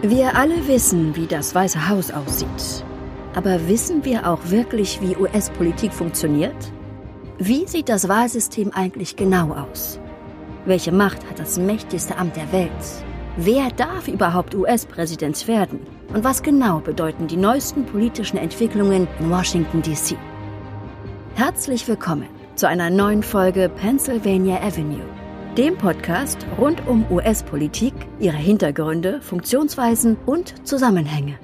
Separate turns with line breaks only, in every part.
Wir alle wissen, wie das Weiße Haus aussieht. Aber wissen wir auch wirklich, wie US-Politik funktioniert? Wie sieht das Wahlsystem eigentlich genau aus? Welche Macht hat das mächtigste Amt der Welt? Wer darf überhaupt US-Präsident werden? Und was genau bedeuten die neuesten politischen Entwicklungen in Washington, D.C.? Herzlich willkommen zu einer neuen Folge Pennsylvania Avenue, dem Podcast rund um US-Politik, ihre Hintergründe, Funktionsweisen und Zusammenhänge.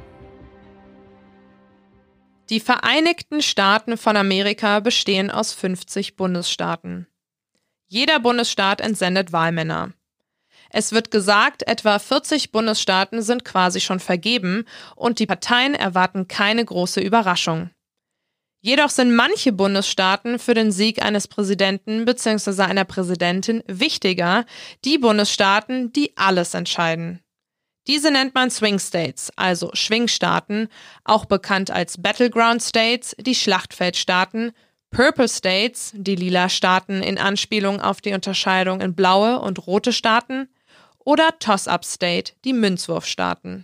Die Vereinigten Staaten von Amerika bestehen aus 50 Bundesstaaten. Jeder Bundesstaat entsendet Wahlmänner. Es wird gesagt, etwa 40 Bundesstaaten sind quasi schon vergeben und die Parteien erwarten keine große Überraschung. Jedoch sind manche Bundesstaaten für den Sieg eines Präsidenten bzw. einer Präsidentin wichtiger, die Bundesstaaten, die alles entscheiden. Diese nennt man Swing States, also Schwingstaaten, auch bekannt als Battleground States, die Schlachtfeldstaaten, Purple States, die lila Staaten in Anspielung auf die Unterscheidung in blaue und rote Staaten, oder Toss-Up State, die Münzwurfstaaten.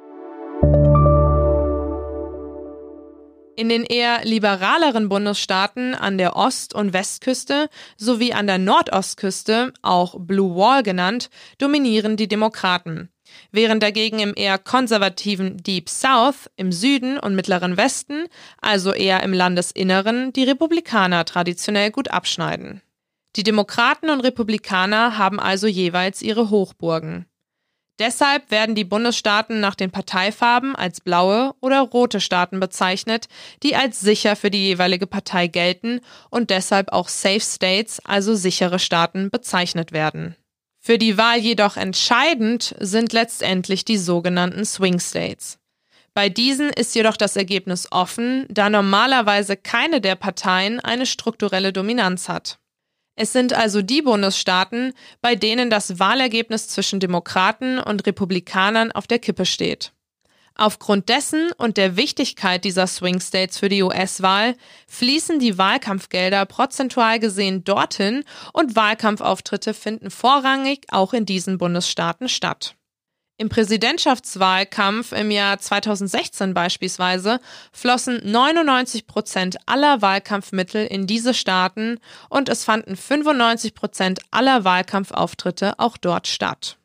In den eher liberaleren Bundesstaaten an der Ost- und Westküste sowie an der Nordostküste, auch Blue Wall genannt, dominieren die Demokraten, während dagegen im eher konservativen Deep South im Süden und Mittleren Westen, also eher im Landesinneren, die Republikaner traditionell gut abschneiden. Die Demokraten und Republikaner haben also jeweils ihre Hochburgen. Deshalb werden die Bundesstaaten nach den Parteifarben als blaue oder rote Staaten bezeichnet, die als sicher für die jeweilige Partei gelten und deshalb auch Safe States, also sichere Staaten, bezeichnet werden. Für die Wahl jedoch entscheidend sind letztendlich die sogenannten Swing States. Bei diesen ist jedoch das Ergebnis offen, da normalerweise keine der Parteien eine strukturelle Dominanz hat. Es sind also die Bundesstaaten, bei denen das Wahlergebnis zwischen Demokraten und Republikanern auf der Kippe steht. Aufgrund dessen und der Wichtigkeit dieser Swing States für die US-Wahl fließen die Wahlkampfgelder prozentual gesehen dorthin und Wahlkampfauftritte finden vorrangig auch in diesen Bundesstaaten statt. Im Präsidentschaftswahlkampf im Jahr 2016 beispielsweise flossen 99% aller Wahlkampfmittel in diese Staaten und es fanden 95% aller Wahlkampfauftritte auch dort statt.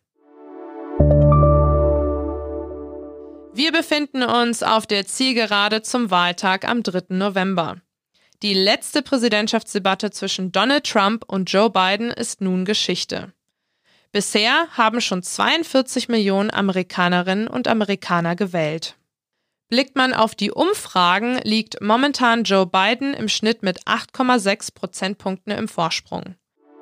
Wir befinden uns auf der Zielgerade zum Wahltag am 3. November. Die letzte Präsidentschaftsdebatte zwischen Donald Trump und Joe Biden ist nun Geschichte. Bisher haben schon 42 Millionen Amerikanerinnen und Amerikaner gewählt. Blickt man auf die Umfragen, liegt momentan Joe Biden im Schnitt mit 8,6 Prozentpunkten im Vorsprung.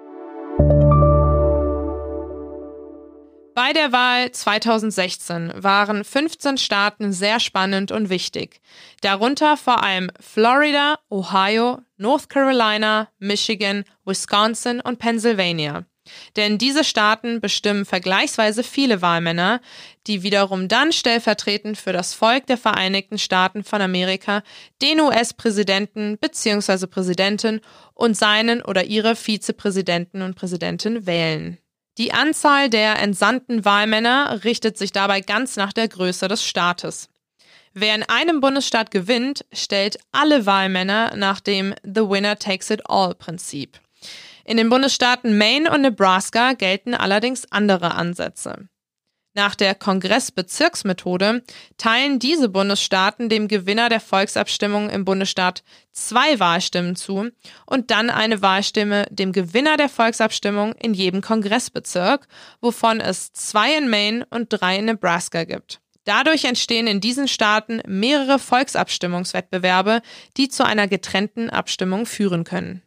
Bei der Wahl 2016 waren 15 Staaten sehr spannend und wichtig, darunter vor allem Florida, Ohio, North Carolina, Michigan, Wisconsin und Pennsylvania. Denn diese Staaten bestimmen vergleichsweise viele Wahlmänner, die wiederum dann stellvertretend für das Volk der Vereinigten Staaten von Amerika den US-Präsidenten bzw. Präsidentin und seinen oder ihre Vizepräsidenten und Präsidentin wählen. Die Anzahl der entsandten Wahlmänner richtet sich dabei ganz nach der Größe des Staates. Wer in einem Bundesstaat gewinnt, stellt alle Wahlmänner nach dem The Winner Takes It All-Prinzip. In den Bundesstaaten Maine und Nebraska gelten allerdings andere Ansätze. Nach der Kongressbezirksmethode teilen diese Bundesstaaten dem Gewinner der Volksabstimmung im Bundesstaat 2 Wahlstimmen zu und dann eine Wahlstimme dem Gewinner der Volksabstimmung in jedem Kongressbezirk, wovon es 2 in Maine und 3 in Nebraska gibt. Dadurch entstehen in diesen Staaten mehrere Volksabstimmungswettbewerbe, die zu einer getrennten Abstimmung führen können.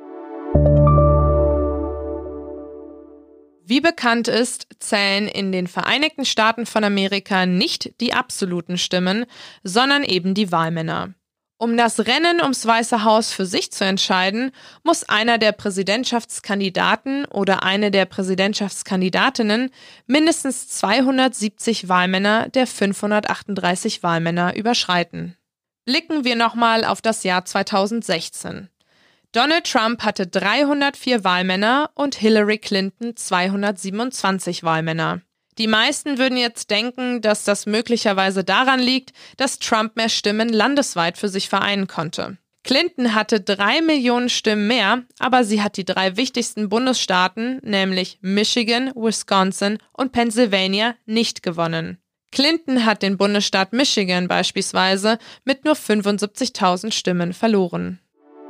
Wie bekannt ist, zählen in den Vereinigten Staaten von Amerika nicht die absoluten Stimmen, sondern eben die Wahlmänner. Um das Rennen ums Weiße Haus für sich zu entscheiden, muss einer der Präsidentschaftskandidaten oder eine der Präsidentschaftskandidatinnen mindestens 270 Wahlmänner der 538 Wahlmänner überschreiten. Blicken wir nochmal auf das Jahr 2016. Donald Trump hatte 304 Wahlmänner und Hillary Clinton 227 Wahlmänner. Die meisten würden jetzt denken, dass das möglicherweise daran liegt, dass Trump mehr Stimmen landesweit für sich vereinen konnte. Clinton hatte 3 Millionen Stimmen mehr, aber sie hat die 3 wichtigsten Bundesstaaten, nämlich Michigan, Wisconsin und Pennsylvania, nicht gewonnen. Clinton hat den Bundesstaat Michigan beispielsweise mit nur 75.000 Stimmen verloren.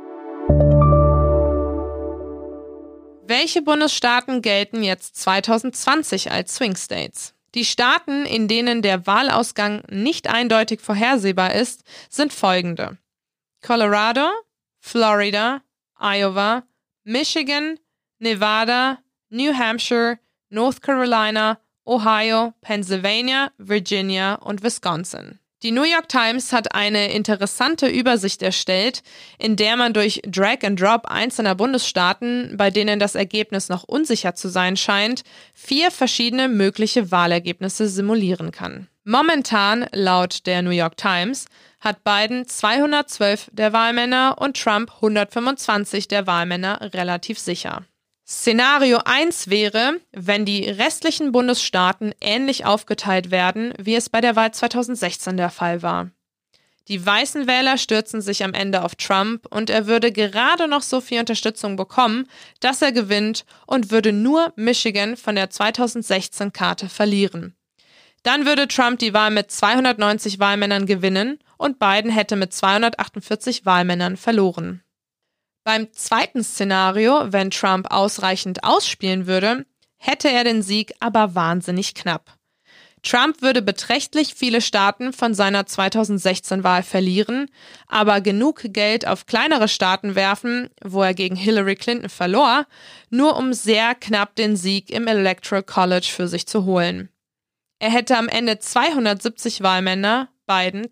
Welche Bundesstaaten gelten jetzt 2020 als Swing States? Die Staaten, in denen der Wahlausgang nicht eindeutig vorhersehbar ist, sind folgende: Colorado, Florida, Iowa, Michigan, Nevada, New Hampshire, North Carolina, Ohio, Pennsylvania, Virginia und Wisconsin. Die New York Times hat eine interessante Übersicht erstellt, in der man durch Drag and Drop einzelner Bundesstaaten, bei denen das Ergebnis noch unsicher zu sein scheint, 4 verschiedene mögliche Wahlergebnisse simulieren kann. Momentan, laut der New York Times, hat Biden 212 der Wahlmänner und Trump 125 der Wahlmänner relativ sicher. Szenario 1 wäre, wenn die restlichen Bundesstaaten ähnlich aufgeteilt werden, wie es bei der Wahl 2016 der Fall war. Die weißen Wähler stürzen sich am Ende auf Trump und er würde gerade noch so viel Unterstützung bekommen, dass er gewinnt und würde nur Michigan von der 2016-Karte verlieren. Dann würde Trump die Wahl mit 290 Wahlmännern gewinnen und Biden hätte mit 248 Wahlmännern verloren. Beim zweiten Szenario, wenn Trump ausreichend ausspielen würde, hätte er den Sieg aber wahnsinnig knapp. Trump würde beträchtlich viele Staaten von seiner 2016-Wahl verlieren, aber genug Geld auf kleinere Staaten werfen, wo er gegen Hillary Clinton verlor, nur um sehr knapp den Sieg im Electoral College für sich zu holen. Er hätte am Ende 270 Wahlmänner, Biden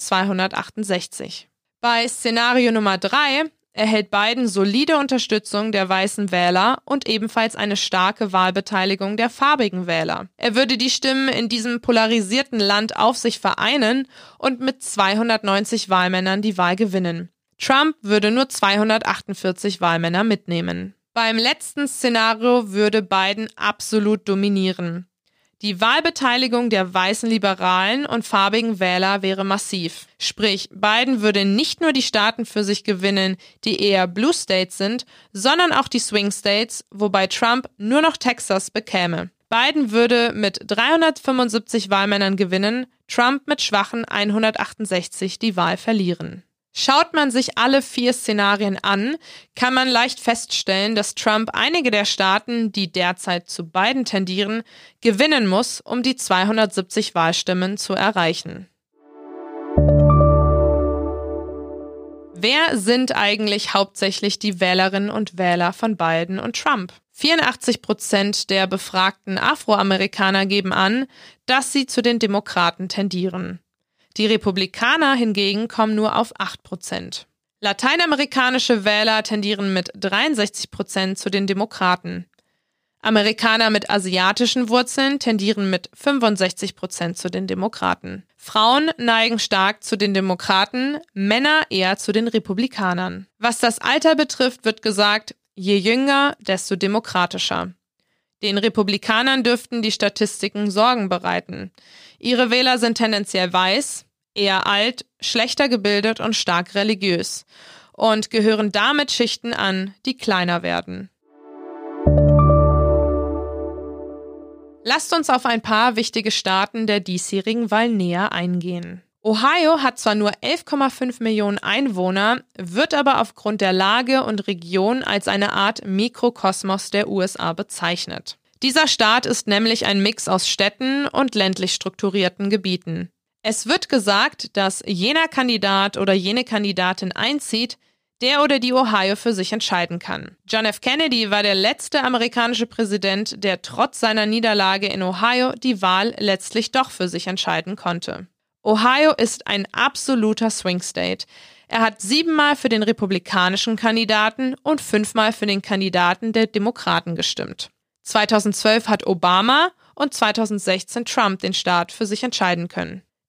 268. Bei Szenario Nummer 3 erhält Biden solide Unterstützung der weißen Wähler und ebenfalls eine starke Wahlbeteiligung der farbigen Wähler. Er würde die Stimmen in diesem polarisierten Land auf sich vereinen und mit 290 Wahlmännern die Wahl gewinnen. Trump würde nur 248 Wahlmänner mitnehmen. Beim letzten Szenario würde Biden absolut dominieren. Die Wahlbeteiligung der weißen Liberalen und farbigen Wähler wäre massiv. Sprich, Biden würde nicht nur die Staaten für sich gewinnen, die eher Blue States sind, sondern auch die Swing States, wobei Trump nur noch Texas bekäme. Biden würde mit 375 Wahlmännern gewinnen, Trump mit schwachen 168 die Wahl verlieren. Schaut man sich alle 4 Szenarien an, kann man leicht feststellen, dass Trump einige der Staaten, die derzeit zu Biden tendieren, gewinnen muss, um die 270 Wahlstimmen zu erreichen. Wer sind eigentlich hauptsächlich die Wählerinnen und Wähler von Biden und Trump? 84% der befragten Afroamerikaner geben an, dass sie zu den Demokraten tendieren. Die Republikaner hingegen kommen nur auf 8%. Lateinamerikanische Wähler tendieren mit 63% zu den Demokraten. Amerikaner mit asiatischen Wurzeln tendieren mit 65% zu den Demokraten. Frauen neigen stark zu den Demokraten, Männer eher zu den Republikanern. Was das Alter betrifft, wird gesagt, je jünger, desto demokratischer. Den Republikanern dürften die Statistiken Sorgen bereiten. Ihre Wähler sind tendenziell weiß, eher alt, schlechter gebildet und stark religiös und gehören damit Schichten an, die kleiner werden. Lasst uns auf ein paar wichtige Staaten der diesjährigen Wahl näher eingehen. Ohio hat zwar nur 11,5 Millionen Einwohner, wird aber aufgrund der Lage und Region als eine Art Mikrokosmos der USA bezeichnet. Dieser Staat ist nämlich ein Mix aus Städten und ländlich strukturierten Gebieten. Es wird gesagt, dass jener Kandidat oder jene Kandidatin einzieht, der oder die Ohio für sich entscheiden kann. John F. Kennedy war der letzte amerikanische Präsident, der trotz seiner Niederlage in Ohio die Wahl letztlich doch für sich entscheiden konnte. Ohio ist ein absoluter Swing State. Er hat 7-mal für den republikanischen Kandidaten und 5-mal für den Kandidaten der Demokraten gestimmt. 2012 hat Obama und 2016 Trump den Staat für sich entscheiden können.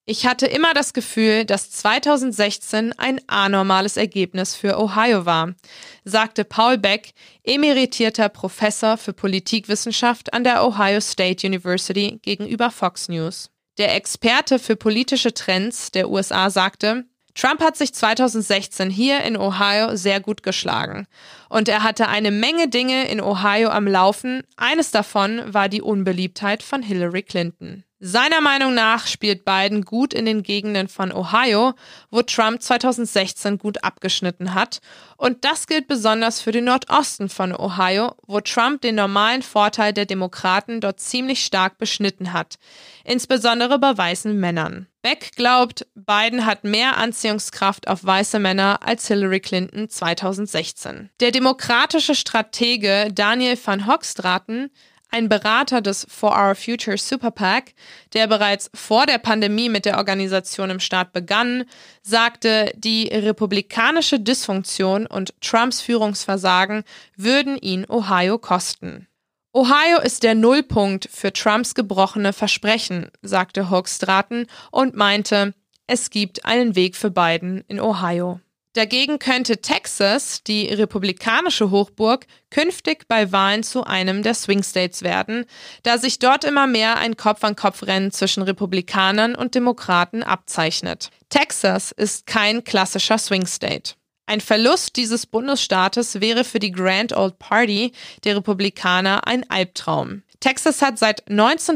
Ich hatte immer das Gefühl, dass 2016 ein anormales Ergebnis für Ohio war, sagte Paul Beck, emeritierter Professor für Politikwissenschaft an der Ohio State University gegenüber Fox News. Der Experte für politische Trends der USA sagte, Trump hat sich 2016 hier in Ohio sehr gut geschlagen und er hatte eine Menge Dinge in Ohio am Laufen. Eines davon war die Unbeliebtheit von Hillary Clinton. Seiner Meinung nach spielt Biden gut in den Gegenden von Ohio, wo Trump 2016 gut abgeschnitten hat. Und das gilt besonders für den Nordosten von Ohio, wo Trump den normalen Vorteil der Demokraten dort ziemlich stark beschnitten hat, insbesondere bei weißen Männern. Beck glaubt, Biden hat mehr Anziehungskraft auf weiße Männer als Hillary Clinton 2016. Der demokratische Stratege Daniel van Hoogstraten, ein Berater des For Our Future Super PAC, der bereits vor der Pandemie mit der Organisation im Staat begann, sagte, die republikanische Dysfunktion und Trumps Führungsversagen würden ihn Ohio kosten. Ohio ist der Nullpunkt für Trumps gebrochene Versprechen, sagte Hoogstraten und meinte, es gibt einen Weg für Biden in Ohio. Dagegen könnte Texas, die republikanische Hochburg, künftig bei Wahlen zu einem der Swing States werden, da sich dort immer mehr ein Kopf-an-Kopf-Rennen zwischen Republikanern und Demokraten abzeichnet. Texas ist kein klassischer Swing State. Ein Verlust dieses Bundesstaates wäre für die Grand Old Party der Republikaner ein Albtraum. Texas hat seit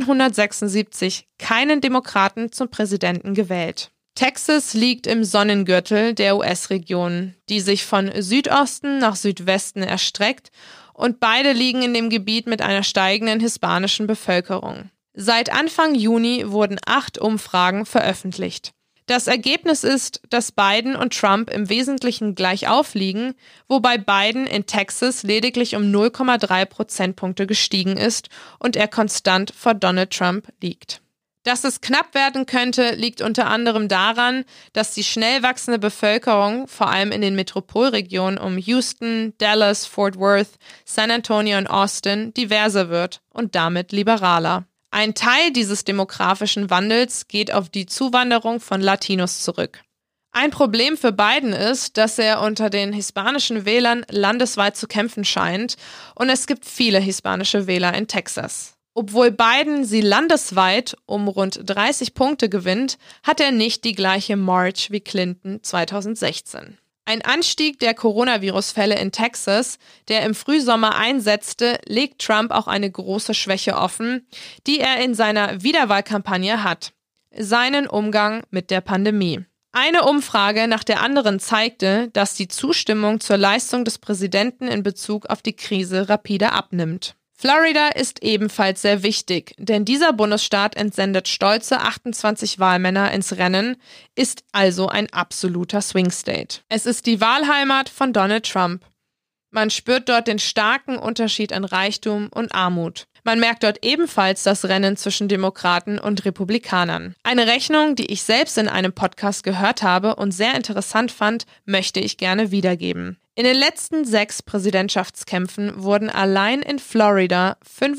1976 keinen Demokraten zum Präsidenten gewählt. Texas liegt im Sonnengürtel der US-Region, die sich von Südosten nach Südwesten erstreckt, und beide liegen in dem Gebiet mit einer steigenden hispanischen Bevölkerung. Seit Anfang Juni wurden 8 Umfragen veröffentlicht. Das Ergebnis ist, dass Biden und Trump im Wesentlichen gleich aufliegen, wobei Biden in Texas lediglich um 0,3 Prozentpunkte gestiegen ist und er konstant vor Donald Trump liegt. Dass es knapp werden könnte, liegt unter anderem daran, dass die schnell wachsende Bevölkerung, vor allem in den Metropolregionen um Houston, Dallas, Fort Worth, San Antonio und Austin, diverser wird und damit liberaler. Ein Teil dieses demografischen Wandels geht auf die Zuwanderung von Latinos zurück. Ein Problem für Biden ist, dass er unter den hispanischen Wählern landesweit zu kämpfen scheint und es gibt viele hispanische Wähler in Texas. Obwohl Biden sie landesweit um rund 30 Punkte gewinnt, hat er nicht die gleiche March wie Clinton 2016. Ein Anstieg der Coronavirus-Fälle in Texas, der im Frühsommer einsetzte, legt Trump auch eine große Schwäche offen, die er in seiner Wiederwahlkampagne hat: seinen Umgang mit der Pandemie. Eine Umfrage nach der anderen zeigte, dass die Zustimmung zur Leistung des Präsidenten in Bezug auf die Krise rapide abnimmt. Florida ist ebenfalls sehr wichtig, denn dieser Bundesstaat entsendet stolze 28 Wahlmänner ins Rennen, ist also ein absoluter Swing State. Es ist die Wahlheimat von Donald Trump. Man spürt dort den starken Unterschied an Reichtum und Armut. Man merkt dort ebenfalls das Rennen zwischen Demokraten und Republikanern. Eine Rechnung, die ich selbst in einem Podcast gehört habe und sehr interessant fand, möchte ich gerne wiedergeben. In den letzten 6 Präsidentschaftskämpfen wurden allein in Florida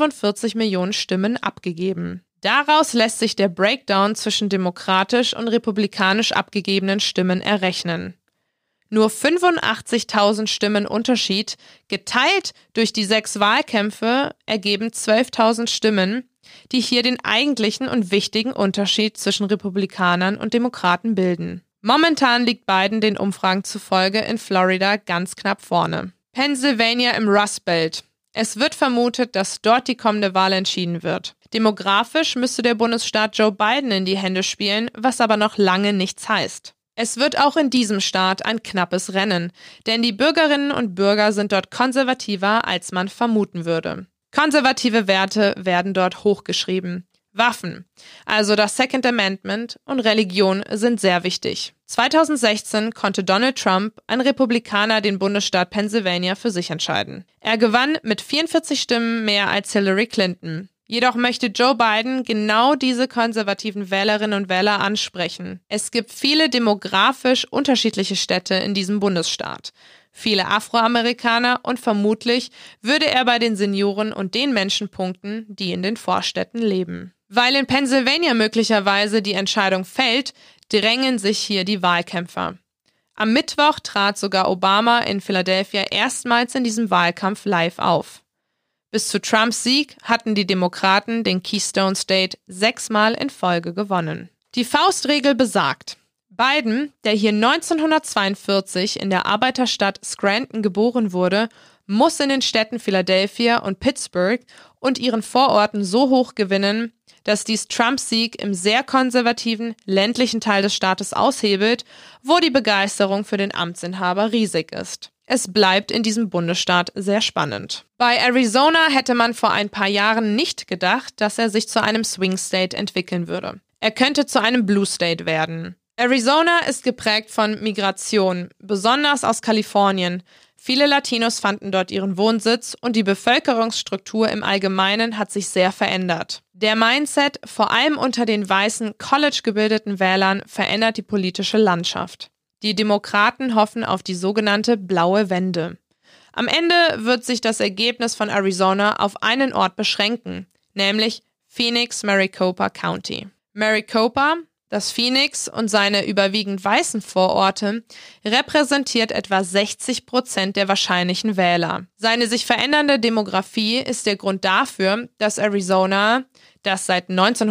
45 Millionen Stimmen abgegeben. Daraus lässt sich der Breakdown zwischen demokratisch und republikanisch abgegebenen Stimmen errechnen. Nur 85.000 Stimmen Unterschied, geteilt durch die 6 Wahlkämpfe, ergeben 12.000 Stimmen, die hier den eigentlichen und wichtigen Unterschied zwischen Republikanern und Demokraten bilden. Momentan liegt Biden den Umfragen zufolge in Florida ganz knapp vorne. Pennsylvania im Rust Belt. Es wird vermutet, dass dort die kommende Wahl entschieden wird. Demografisch müsste der Bundesstaat Joe Biden in die Hände spielen, was aber noch lange nichts heißt. Es wird auch in diesem Staat ein knappes Rennen, denn die Bürgerinnen und Bürger sind dort konservativer, als man vermuten würde. Konservative Werte werden dort hochgeschrieben. Waffen, also das Second Amendment, und Religion sind sehr wichtig. 2016 konnte Donald Trump, ein Republikaner, den Bundesstaat Pennsylvania für sich entscheiden. Er gewann mit 44 Stimmen mehr als Hillary Clinton. Jedoch möchte Joe Biden genau diese konservativen Wählerinnen und Wähler ansprechen. Es gibt viele demografisch unterschiedliche Städte in diesem Bundesstaat. Viele Afroamerikaner und vermutlich würde er bei den Senioren und den Menschen punkten, die in den Vorstädten leben. Weil in Pennsylvania möglicherweise die Entscheidung fällt, drängen sich hier die Wahlkämpfer. Am Mittwoch trat sogar Obama in Philadelphia erstmals in diesem Wahlkampf live auf. Bis zu Trumps Sieg hatten die Demokraten den Keystone State 6-mal in Folge gewonnen. Die Faustregel besagt: Biden, der hier 1942 in der Arbeiterstadt Scranton geboren wurde, muss in den Städten Philadelphia und Pittsburgh und ihren Vororten so hoch gewinnen, dass dies Trumps Sieg im sehr konservativen, ländlichen Teil des Staates aushebelt, wo die Begeisterung für den Amtsinhaber riesig ist. Es bleibt in diesem Bundesstaat sehr spannend. Bei Arizona hätte man vor ein paar Jahren nicht gedacht, dass er sich zu einem Swing State entwickeln würde. Er könnte zu einem Blue State werden. Arizona ist geprägt von Migration, besonders aus Kalifornien. Viele Latinos fanden dort ihren Wohnsitz und die Bevölkerungsstruktur im Allgemeinen hat sich sehr verändert. Der Mindset, vor allem unter den weißen, college-gebildeten Wählern, verändert die politische Landschaft. Die Demokraten hoffen auf die sogenannte blaue Wende. Am Ende wird sich das Ergebnis von Arizona auf einen Ort beschränken, nämlich Phoenix-Maricopa County. Maricopa, das Phoenix und seine überwiegend weißen Vororte, repräsentiert etwa 60% der wahrscheinlichen Wähler. Seine sich verändernde Demografie ist der Grund dafür, dass Arizona, das seit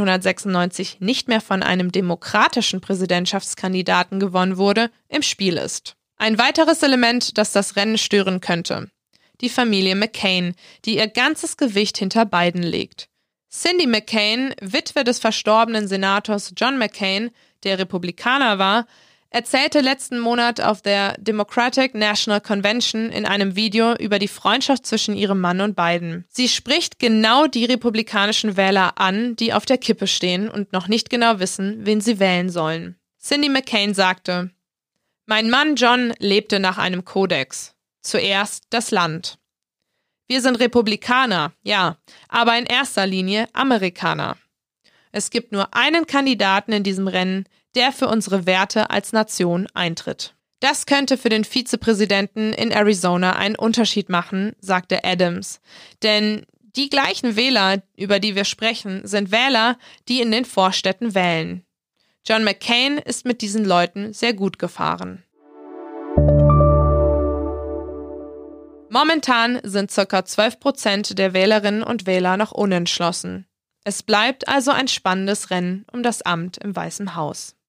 1996 nicht mehr von einem demokratischen Präsidentschaftskandidaten gewonnen wurde, im Spiel ist. Ein weiteres Element, das das Rennen stören könnte: die Familie McCain, die ihr ganzes Gewicht hinter Biden legt. Cindy McCain, Witwe des verstorbenen Senators John McCain, der Republikaner war, erzählte letzten Monat auf der Democratic National Convention in einem Video über die Freundschaft zwischen ihrem Mann und Biden. Sie spricht genau die republikanischen Wähler an, die auf der Kippe stehen und noch nicht genau wissen, wen sie wählen sollen. Cindy McCain sagte: Mein Mann John lebte nach einem Kodex. Zuerst das Land. Wir sind Republikaner, ja, aber in erster Linie Amerikaner. Es gibt nur einen Kandidaten in diesem Rennen, der für unsere Werte als Nation eintritt. Das könnte für den Vizepräsidenten in Arizona einen Unterschied machen, sagte Adams. Denn die gleichen Wähler, über die wir sprechen, sind Wähler, die in den Vorstädten wählen. John McCain ist mit diesen Leuten sehr gut gefahren. Momentan sind ca. 12% der Wählerinnen und Wähler noch unentschlossen. Es bleibt also ein spannendes Rennen um das Amt im Weißen Haus.